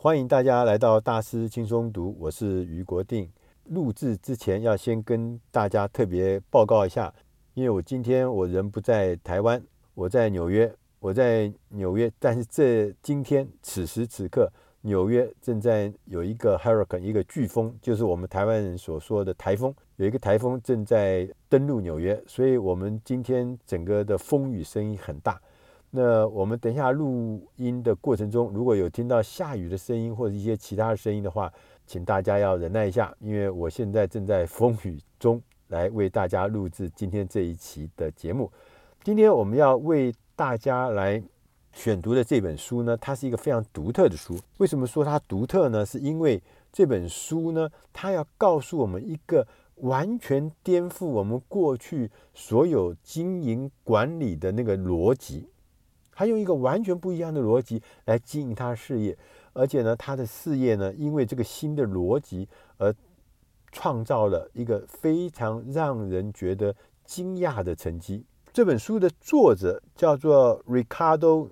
欢迎大家来到大师轻松读，我是余国定。录制之前要先跟大家特别报告一下，因为我今天人不在台湾，我在纽约，但是今天此时此刻，纽约正在有一个 hurricane， 一个飓风，就是我们台湾人所说的台风，有一个台风正在登陆纽约，所以我们今天整个的风雨声音很大。那我们等一下录音的过程中，如果有听到下雨的声音或者一些其他的声音的话，请大家要忍耐一下，因为我现在正在风雨中来为大家录制今天这一期的节目。今天我们要为大家来选读的这本书呢，它是一个非常独特的书。为什么说它独特呢？是因为这本书呢，它要告诉我们一个完全颠覆我们过去所有经营管理的那个逻辑。他用一个完全不一样的逻辑来经营他的事业，而且呢，他的事业呢，因为这个新的逻辑而创造了一个非常让人觉得惊讶的成绩。这本书的作者叫做 Ricardo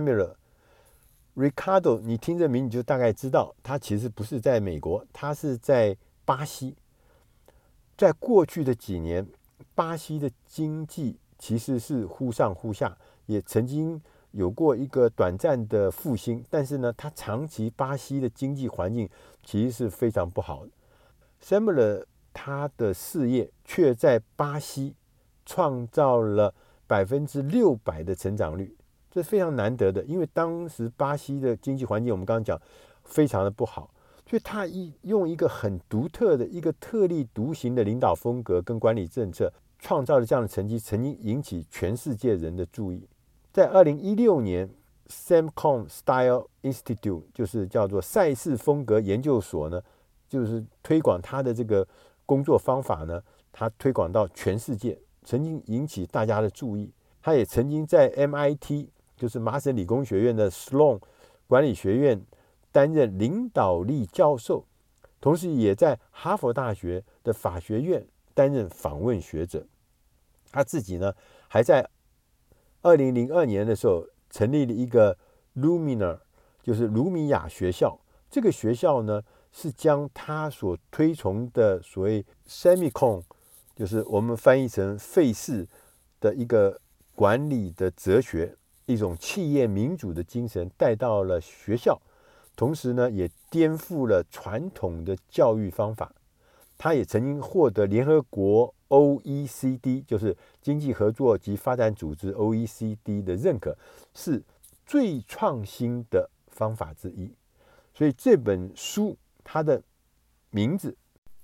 Semler。Ricardo， 你听这名你就大概知道，他其实不是在美国，他是在巴西。在过去的几年，巴西的经济其实是忽上忽下，也曾经有过一个短暂的复兴，但是呢，它长期巴西的经济环境其实是非常不好的。Semler 他的事业却在巴西创造了600%的成长率，这是非常难得的，因为当时巴西的经济环境我们刚刚讲非常的不好，所以他用一个很独特的一个特立独行的领导风格跟管理政策，创造了这样的成绩，曾经引起全世界人的注意。在2016年 Samcom Style Institute， 就是叫做赛事风格研究所呢，就是推广他的这个工作方法呢，他推广到全世界，曾经引起大家的注意。他也曾经在 MIT， 就是麻省理工学院的 Sloan 管理学院担任领导力教授，同时也在哈佛大学的法学院担任访问学者。他自己呢，还在2002年的时候成立了一个 Lumina， 就是卢米亚学校。这个学校呢，是将他所推崇的所谓 Semicon， 就是我们翻译成费氏的一个管理的哲学，一种企业民主的精神带到了学校，同时呢，也颠覆了传统的教育方法。他也曾经获得联合国 OECD， 就是经济合作及发展组织 OECD 的认可，是最创新的方法之一。所以这本书它的名字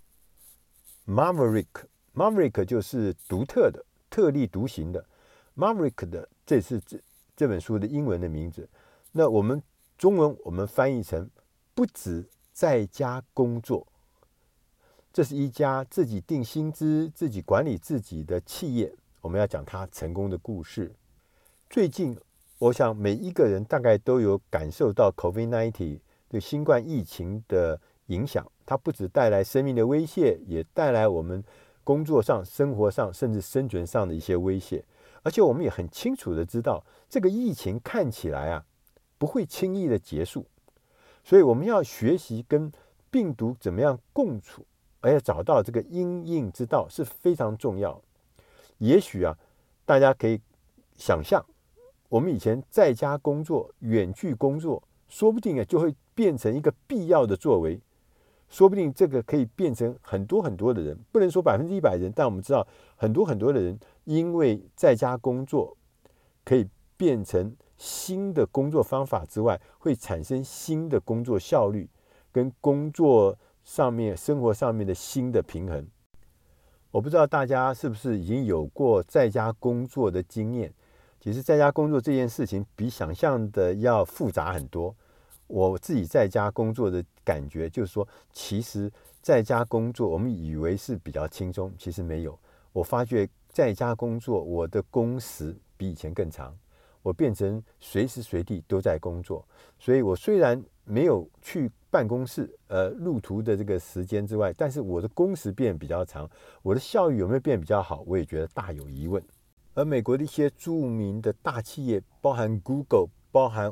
Maverick 就是独特的、特立独行的。Maverick 的这是这本书的英文的名字。那我们中文我们翻译成不止在家工作。这是一家自己定薪资、自己管理自己的企业，我们要讲它成功的故事。最近，我想每一个人大概都有感受到 COVID-19 对新冠疫情的影响，它不只带来生命的威胁，也带来我们工作上、生活上，甚至生存上的一些威胁。而且我们也很清楚的知道，这个疫情看起来不会轻易的结束，所以我们要学习跟病毒怎么样共处，而且找到这个因应之道是非常重要。也许大家可以想象，我们以前在家工作、远距工作，说不定就会变成一个必要的作为，说不定这个可以变成很多很多的人，不能说100%人，但我们知道很多很多的人因为在家工作可以变成新的工作方法之外，会产生新的工作效率跟工作上面、生活上面的新的平衡。我不知道大家是不是已经有过在家工作的经验。其实在家工作这件事情比想象的要复杂很多。我自己在家工作的感觉就是说，其实在家工作我们以为是比较轻松，其实没有。我发觉在家工作，我的工时比以前更长，我变成随时随地都在工作。所以我虽然没有去办公室路途的这个时间之外，但是我的工时变比较长，我的效率有没有变比较好，我也觉得大有疑问。而美国的一些著名的大企业，包含 Google、包含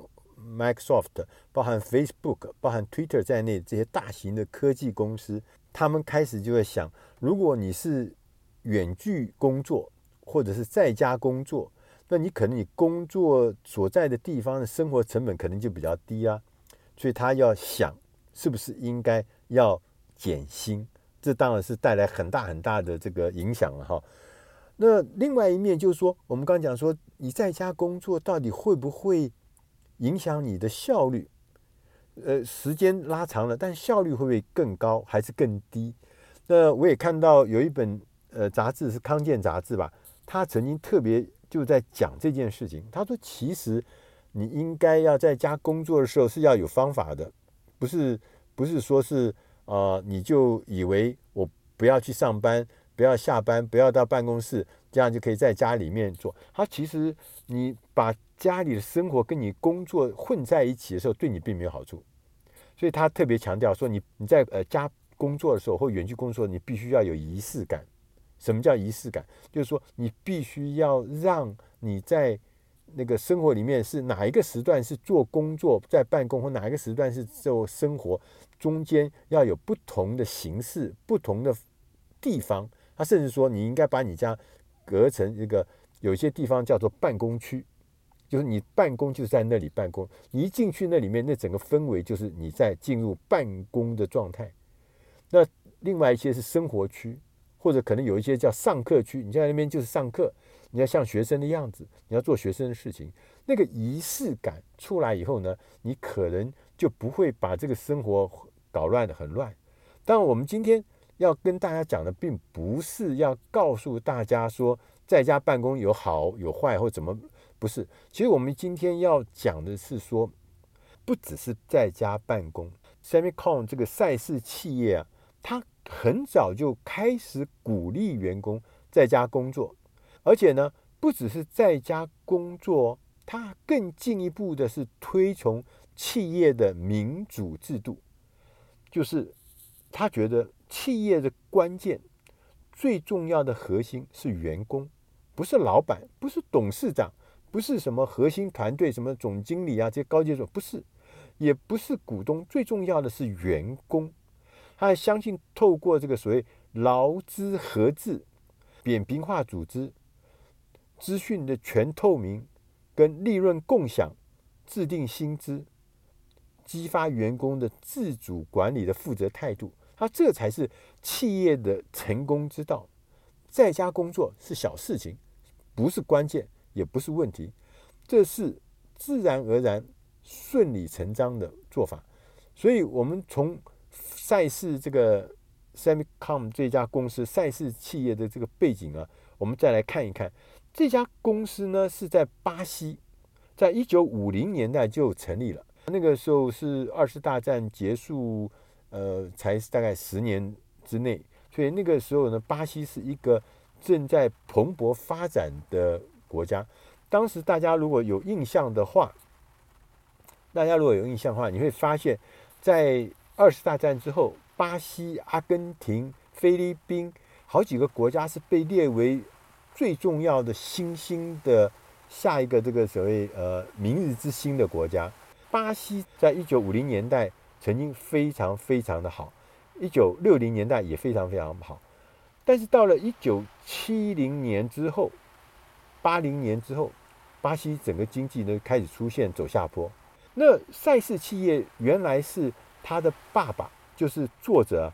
Microsoft、包含 Facebook、包含 Twitter 在内这些大型的科技公司，他们开始就会想，如果你是远距工作或者是在家工作，那你可能你工作所在的地方的生活成本可能就比较低啊，所以他要想是不是应该要减薪，这当然是带来很大很大的这个影响了哈。那另外一面就是说，我们刚刚讲说，你在家工作到底会不会影响你的效率？时间拉长了，但效率会不会更高还是更低？那我也看到有一本杂志是康健杂志吧，他曾经特别就在讲这件事情。他说，其实你应该要在家工作的时候是要有方法的，不是说是你就以为我不要去上班，不要下班，不要到办公室，这样就可以在家里面做。他其实你把家里的生活跟你工作混在一起的时候，对你并没有好处。所以他特别强调说你在家工作的时候或远距工作，你必须要有仪式感。什么叫仪式感？就是说你必须要让你在那个生活里面是哪一个时段是做工作在办公，或哪一个时段是做生活，中间要有不同的形式、不同的地方。他甚至说你应该把你家隔成一个，有些地方叫做办公区，就是你办公就是在那里办公，你一进去那里面，那整个氛围就是你在进入办公的状态。那另外一些是生活区，或者可能有一些叫上课区，你在那边就是上课，你要像学生的样子，你要做学生的事情，那个仪式感出来以后呢，你可能就不会把这个生活搞乱得很乱。当然我们今天要跟大家讲的并不是要告诉大家说在家办公有好有坏或怎么，不是。其实我们今天要讲的是说，不只是在家办公。Semicon 这个赛事企业啊，它很早就开始鼓励员工在家工作，而且呢，不只是在家工作，它更进一步的是推崇企业的民主制度，就是他觉得企业的关键最重要的核心是员工，不是老板，不是董事长，不是什么核心团队，什么总经理啊这些高阶主管，不是，也不是股东，最重要的是员工。他还相信透过这个所谓劳资合制、扁平化组织、资讯的全透明跟利润共享、制定薪资、激发员工的自主管理的负责态度，他这才是企业的成功之道。在家工作是小事情，不是关键，也不是问题，这是自然而然、顺理成章的做法。所以我们从赛事这个 Semicon 这家公司赛事企业的这个背景啊，我们再来看一看。这家公司呢是在巴西，在1950年代就成立了。那个时候是二次大战结束，才大概10年之内，所以那个时候呢，巴西是一个正在蓬勃发展的国家。当时大家如果有印象的话，你会发现，在二次大战之后，巴西、阿根廷、菲律宾好几个国家是被列为最重要的新兴的下一个这个所谓明日之星的国家。巴西在1950年代曾经非常非常的好，1960年代也非常非常好，但是到了1970年之后，80年之后，巴西整个经济呢开始出现走下坡。那赛事企业原来是他的爸爸，就是作者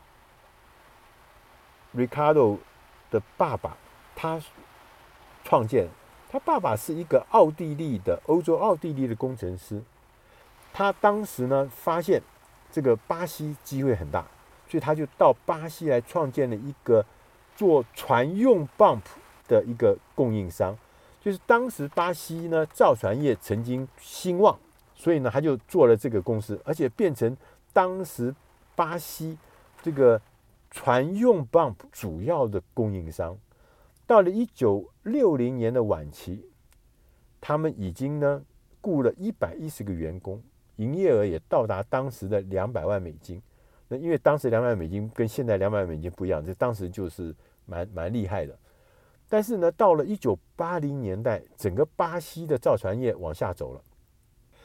Ricardo 的爸爸，他创建。他爸爸是一个欧洲奥地利的工程师。他当时呢发现这个巴西机会很大，所以他就到巴西来创建了一个做船用 bump 的一个供应商。就是当时巴西呢造船业曾经兴旺，所以呢他就做了这个公司，而且变成当时巴西这个船用 bump 主要的供应商。到了1960年的晚期，他们已经呢雇了110个员工，营业额也到达当时的$200万。那因为当时$200万跟现在$200万不一样，这当时就是蛮厉害的。但是呢，到了1980年代，整个巴西的造船业往下走了。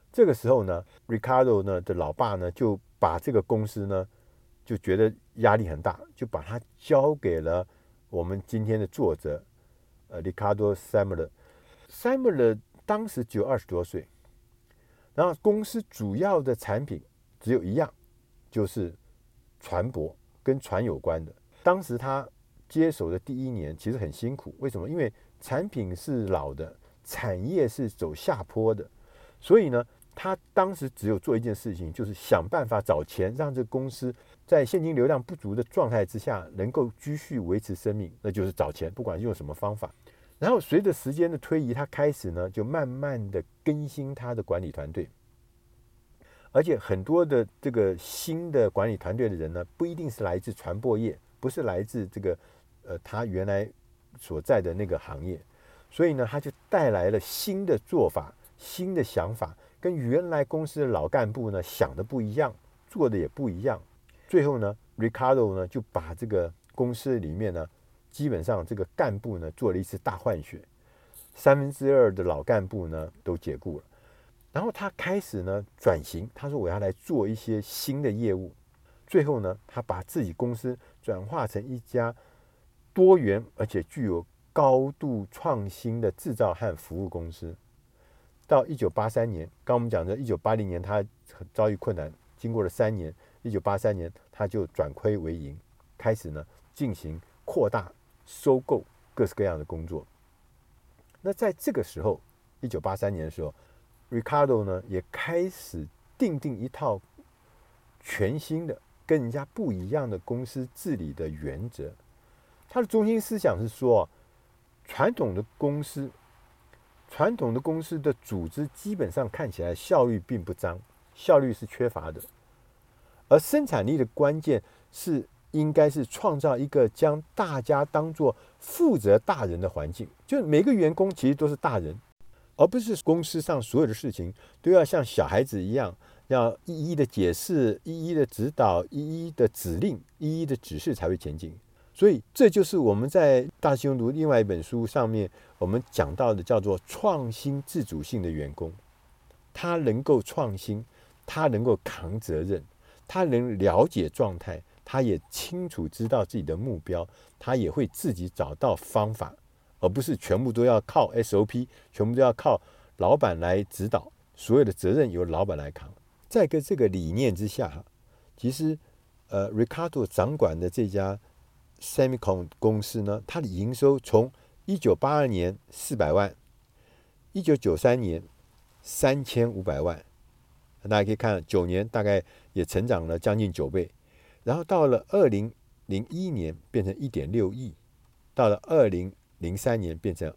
这个时候呢 ，Ricardo 呢的老爸呢就把这个公司呢就觉得压力很大，就把它交给了我们今天的作者Ricardo Semler。Semler 当时只有20多岁，然后公司主要的产品只有一样，就是船舶跟船有关的。当时他接手的第1年其实很辛苦，为什么？因为产品是老的，产业是走下坡的，所以呢，他当时只有做一件事情，就是想办法找钱，让这个公司在现金流量不足的状态之下，能够继续维持生命，那就是找钱，不管用什么方法。然后随着时间的推移，他开始呢就慢慢的更新他的管理团队，而且很多的这个新的管理团队的人呢，不一定是来自船舶业，不是来自这个他原来所在的那个行业，所以呢，他就带来了新的做法、新的想法，跟原来公司的老干部呢想的不一样，做的也不一样。最后呢 ，Ricardo 呢就把这个公司里面呢，基本上这个干部呢做了一次大换血，2/3的老干部呢都解雇了。然后他开始呢转型，他说我要来做一些新的业务。最后呢，他把自己公司转化成一家多元而且具有高度创新的制造和服务公司。到1983年，刚我们讲的1980年他遭遇困难，经过了3年，1983年他就转亏为盈，开始呢进行扩大、收购各式各样的工作。那在这个时候，1983年的时候，Ricardo 呢也开始定一套全新的、跟人家不一样的公司治理的原则。他的中心思想是说，传统的公司的组织基本上看起来效率并不彰，效率是缺乏的，而生产力的关键是应该是创造一个将大家当作负责大人的环境，就是每个员工其实都是大人，而不是公司上所有的事情都要像小孩子一样，要一一的解释、一一的指导、一一的指令、一一的指示才会前进。所以这就是我们在大西洋读另外一本书上面我们讲到的，叫做创新自主性的员工。他能够创新，他能够扛责任，他能了解状态，他也清楚知道自己的目标，他也会自己找到方法，而不是全部都要靠 SOP， 全部都要靠老板来指导，所有的责任由老板来扛。在这个理念之下，其实Ricardo 掌管的这家 Semicon 公司呢，它的营收从1982年400万，1993年3500万，大家可以看9年大概也成长了将近9倍，然后到了2001年变成1.6亿，到了2003年变成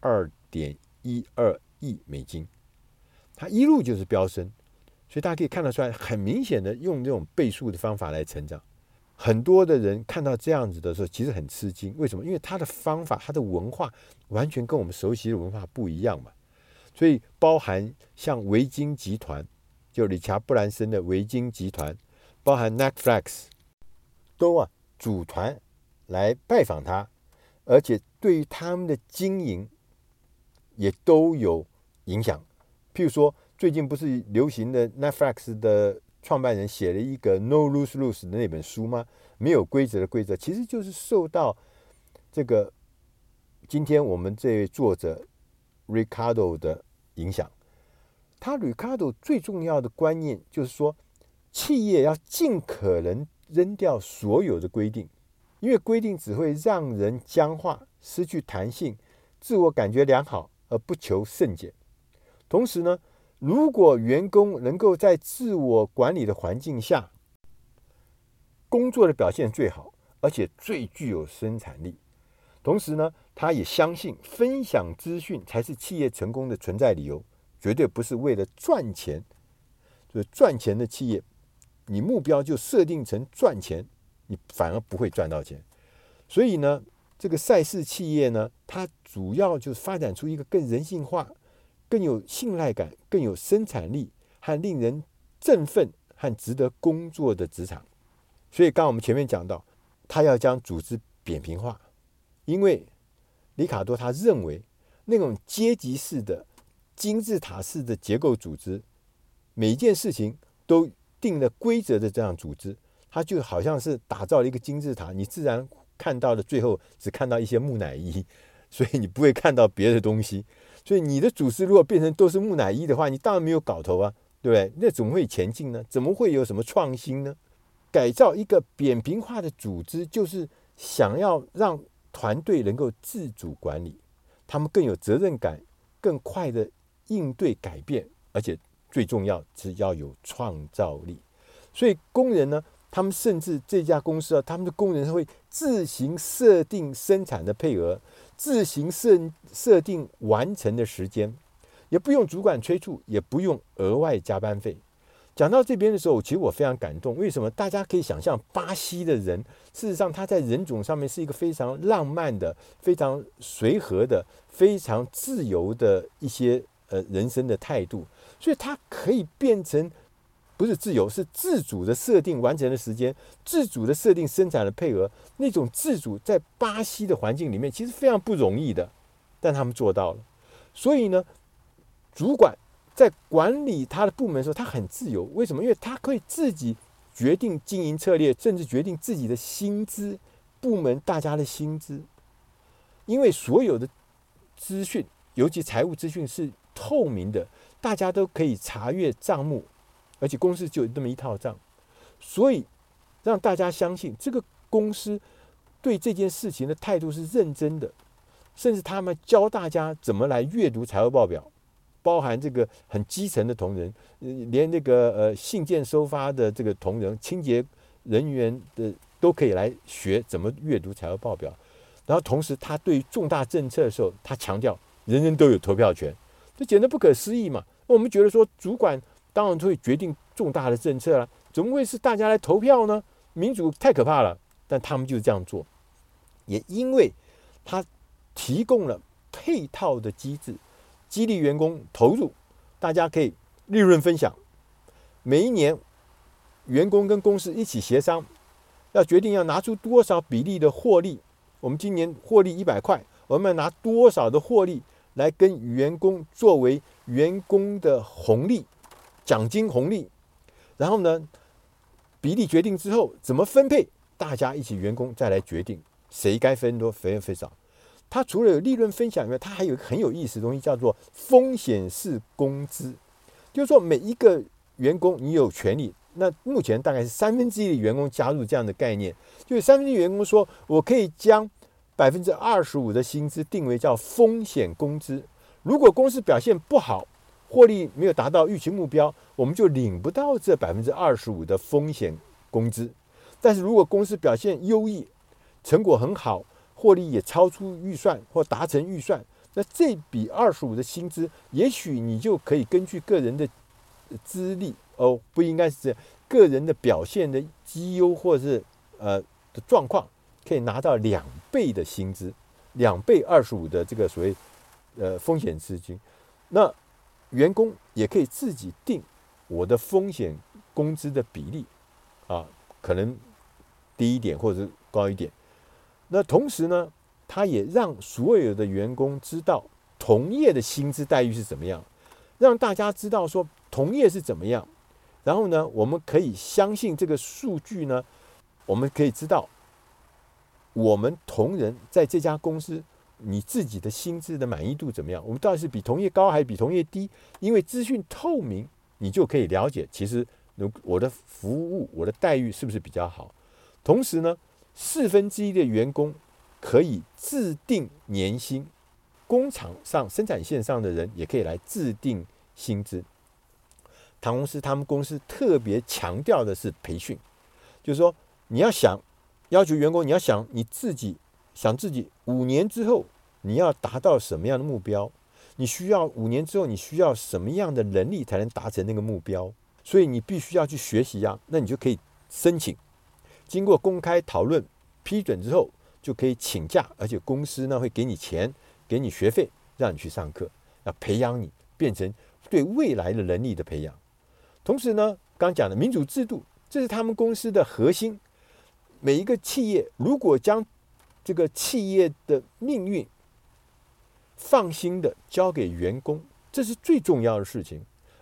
2.12亿美金，它一路就是飙升，所以大家可以看得出来，很明显的用这种倍数的方法来成长。很多的人看到这样子的时候，其实很吃惊。为什么？因为他的方法、他的文化完全跟我们熟悉的文化不一样嘛。所以包含像维京集团，就理查布兰森的维京集团，包含 Netflix， 都组团来拜访他，而且对于他们的经营也都有影响。譬如说，最近不是流行的 Netflix 的创办人写了一个 No Lose Lose 的那本书吗？没有规则的规则，其实就是受到这个今天我们这位作者 Ricardo 的影响。他 Ricardo 最重要的观念就是说，企业要尽可能扔掉所有的规定，因为规定只会让人僵化、失去弹性、自我感觉良好，而不求甚解。同时呢，如果员工能够在自我管理的环境下工作的表现最好，而且最具有生产力，同时呢，他也相信分享资讯才是企业成功的存在理由，绝对不是为了赚钱。所以赚钱的企业，你目标就设定成赚钱，你反而不会赚到钱。所以呢，这个赛事企业呢，它主要就是发展出一个更人性化、更有信赖感、更有生产力和令人振奋和值得工作的职场。所以刚刚我们前面讲到，他要将组织扁平化，因为里卡多他认为那种阶级式的金字塔式的结构组织每一件事情都定了规则的这样组织，它就好像是打造了一个金字塔，你自然看到的最后只看到一些木乃伊，所以你不会看到别的东西。所以你的组织如果变成都是木乃伊的话，你当然没有搞头啊，对不对？那怎么会前进呢？怎么会有什么创新呢？改造一个扁平化的组织，就是想要让团队能够自主管理，他们更有责任感，更快的应对改变，而且最重要是要有创造力。所以工人呢，他们甚至这家公司他们的工人会自行设定生产的配额，自行设定完成的时间，也不用主管催促，也不用额外加班费。讲到这边的时候，其实我非常感动。为什么？大家可以想象，巴西的人，事实上他在人种上面是一个非常浪漫的、非常随和的、非常自由的一些人生的态度，所以他可以变成不是自由，是自主的设定完成的时间，自主的设定生产的配额。那种自主在巴西的环境里面其实非常不容易的，但他们做到了。所以呢，主管在管理他的部门的时候，他很自由。为什么？因为他可以自己决定经营策略，甚至决定自己的薪资，部门大家的薪资。因为所有的资讯，尤其财务资讯是透明的，大家都可以查阅账目，而且公司就有这么一套账，所以让大家相信这个公司对这件事情的态度是认真的，甚至他们教大家怎么来阅读财务报表。包含这个很基层的同仁，连那个信件收发的这个同仁、清洁人员的都可以来学怎么阅读财务报表。然后同时，他对于重大政策的时候，他强调人人都有投票权，这简直不可思议嘛！我们觉得说，主管当然会决定重大的政策了，怎么会是大家来投票呢？民主太可怕了，但他们就是这样做。也因为他提供了配套的机制。激励员工投入，大家可以利润分享。每一年，员工跟公司一起协商，要决定要拿出多少比例的获利。我们今年获利100块，我们要拿多少的获利来跟员工作为员工的红利、奖金红利。然后呢，比例决定之后怎么分配，大家一起员工再来决定谁该分多，谁分少。它除了有利润分享以外，它还有一个很有意思的东西，叫做风险式工资。就是说，每一个员工你有权利。那目前大概是1/3的员工加入这样的概念，就是1/3员工说，我可以将25%的薪资定为叫风险工资。如果公司表现不好，获利没有达到预期目标，我们就领不到这25%的风险工资。但是如果公司表现优异，成果很好，获利也超出预算或达成预算，那这笔25%的薪资，也许你就可以根据个人的资历不应该是这样，个人的表现的绩优或者是的状况，可以拿到2倍的薪资，2倍25%的这个所谓风险资金。那员工也可以自己定我的风险工资的比例可能低一点或者高一点。那同时呢，他也让所有的员工知道同业的薪资待遇是怎么样，让大家知道说同业是怎么样。然后呢，我们可以相信这个数据呢，我们可以知道我们同仁在这家公司你自己的薪资的满意度怎么样，我们到底是比同业高还是比同业低？因为资讯透明，你就可以了解其实我的服务我的待遇是不是比较好。同时呢，1/4的员工可以自定年薪，工厂上生产线上的人也可以来自定薪资。同时他们公司特别强调的是培训，就是说你要要求员工，你要你自己5年之后你要达到什么样的目标，你需要5年之后你需要什么样的能力才能达成那个目标，所以你必须要去学习那你就可以申请，经过公开讨论批准之后就可以请假，而且公司呢会给你钱，给你学费，让你去上课，要培养你变成对未来的能力的培养。同时呢，刚讲的民主制度，这是他们公司的核心。每一个企业如果将这个企业的命运放心的交给员工，这是最重要的事情，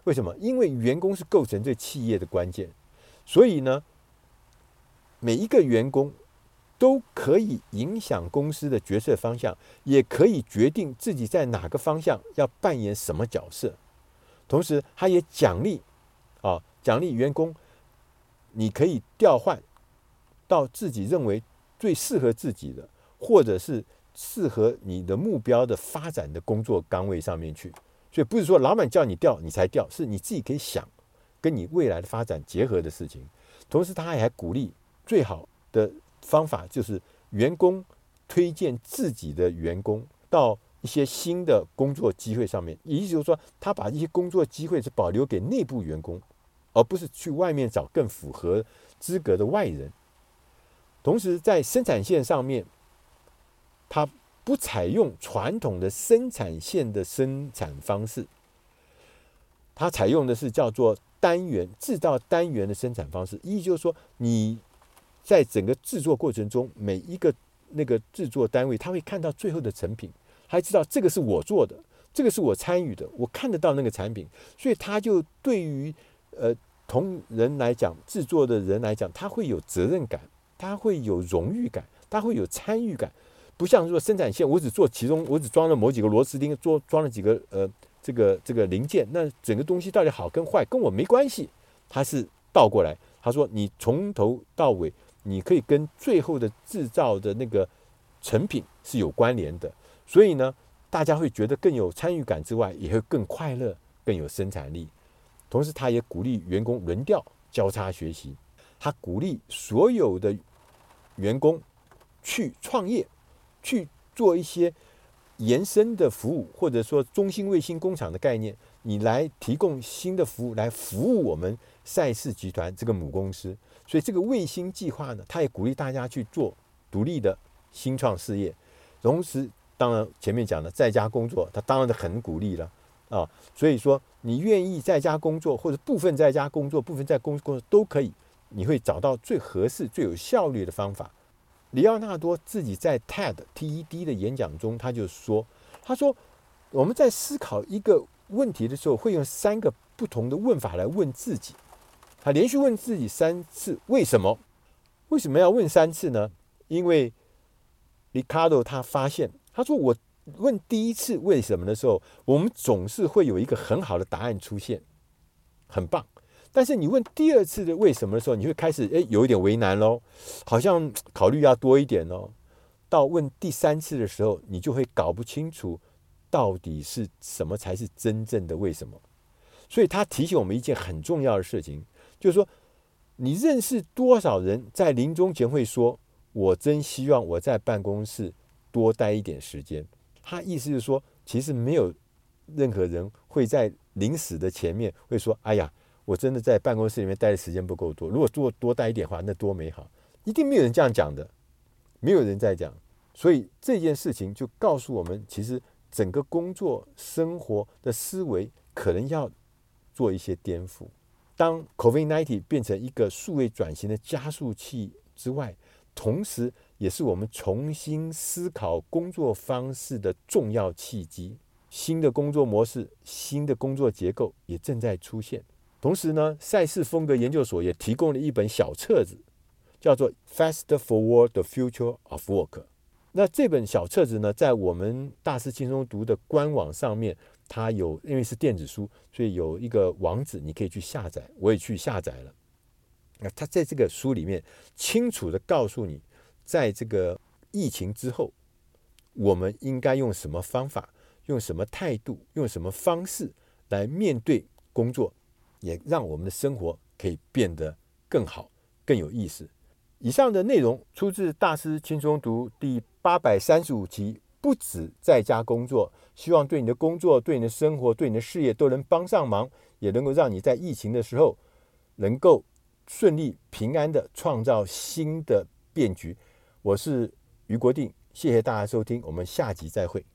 为什么？因为员工是构成这企业的关键，所以呢，每一个员工都可以影响公司的决策方向，也可以决定自己在哪个方向要扮演什么角色。同时，他也奖励员工，你可以调换到自己认为最适合自己的，或者是适合你的目标的发展的工作岗位上面去。所以不是说老板叫你调你才调，是你自己可以想跟你未来的发展结合的事情。同时，他还鼓励最好的方法就是员工推荐自己的员工到一些新的工作机会上面，也就是说，他把一些工作机会是保留给内部员工，而不是去外面找更符合资格的外人。同时，在生产线上面，他不采用传统的生产线的生产方式，他采用的是叫做制造单元的生产方式。意思就是说，你在整个制作过程中，每一个那个制作单位，他会看到最后的成品，还知道这个是我做的，这个是我参与的，我看得到那个产品，所以他就对于同仁来讲，制作的人来讲，他会有责任感，他会有荣誉感，他会有参与感。不像说生产线，我只做其中，我只装了某几个螺丝钉，装了几个这个零件，那整个东西到底好跟坏跟我没关系。他是倒过来，他说你从头到尾，你可以跟最后的制造的那个成品是有关联的。所以呢，大家会觉得更有参与感之外，也会更快乐，更有生产力。同时，他也鼓励员工轮调、交叉学习。他鼓励所有的员工去创业，去做一些延伸的服务，或者说中兴卫星工厂的概念，你来提供新的服务，来服务我们赛事集团这个母公司。所以这个卫星计划呢，他也鼓励大家去做独立的新创事业。同时，当然前面讲的在家工作，他当然很鼓励了啊。所以说，你愿意在家工作，或者部分在家工作，部分在公司工作都可以，你会找到最合适、最有效率的方法。里奥纳多自己在 TED 的演讲中，他说我们在思考一个问题的时候，会用3个不同的问法来问自己。他连续问自己3次为什么？为什么要问3次呢？因为 Ricardo 他发现，他说我问第一次为什么的时候，我们总是会有一个很好的答案出现，很棒。但是你问第2次的为什么的时候，你会开始有一点为难咯，好像考虑要多一点咯。到问第3次的时候，你就会搞不清楚到底是什么才是真正的为什么。所以他提醒我们一件很重要的事情，就是说，你认识多少人在临终前会说，我真希望我在办公室多待一点时间。他意思是说，其实没有任何人会在临死的前面会说，哎呀，我真的在办公室里面待的时间不够多，如果多待一点的话，那多美好。一定没有人这样讲的，没有人在讲。所以这件事情就告诉我们，其实整个工作生活的思维可能要做一些颠覆。当 COVID-19 变成一个数位转型的加速器之外，同时也是我们重新思考工作方式的重要契机。新的工作模式、新的工作结构也正在出现。同时呢，赛事风格研究所也提供了一本小册子，叫做 Fast Forward the Future of Work。那这本小册子呢，在我们大师轻松读的官网上面，它有，因为是电子书，所以有一个网址你可以去下载，我也去下载了。那它在这个书里面清楚地告诉你，在这个疫情之后，我们应该用什么方法、用什么态度、用什么方式来面对工作，也让我们的生活可以变得更好、更有意思。以上的内容出自大师轻松读第835集，不止在家工作，希望对你的工作、对你的生活、对你的事业都能帮上忙，也能够让你在疫情的时候能够顺利平安的创造新的变局。我是余国定，谢谢大家收听，我们下集再会。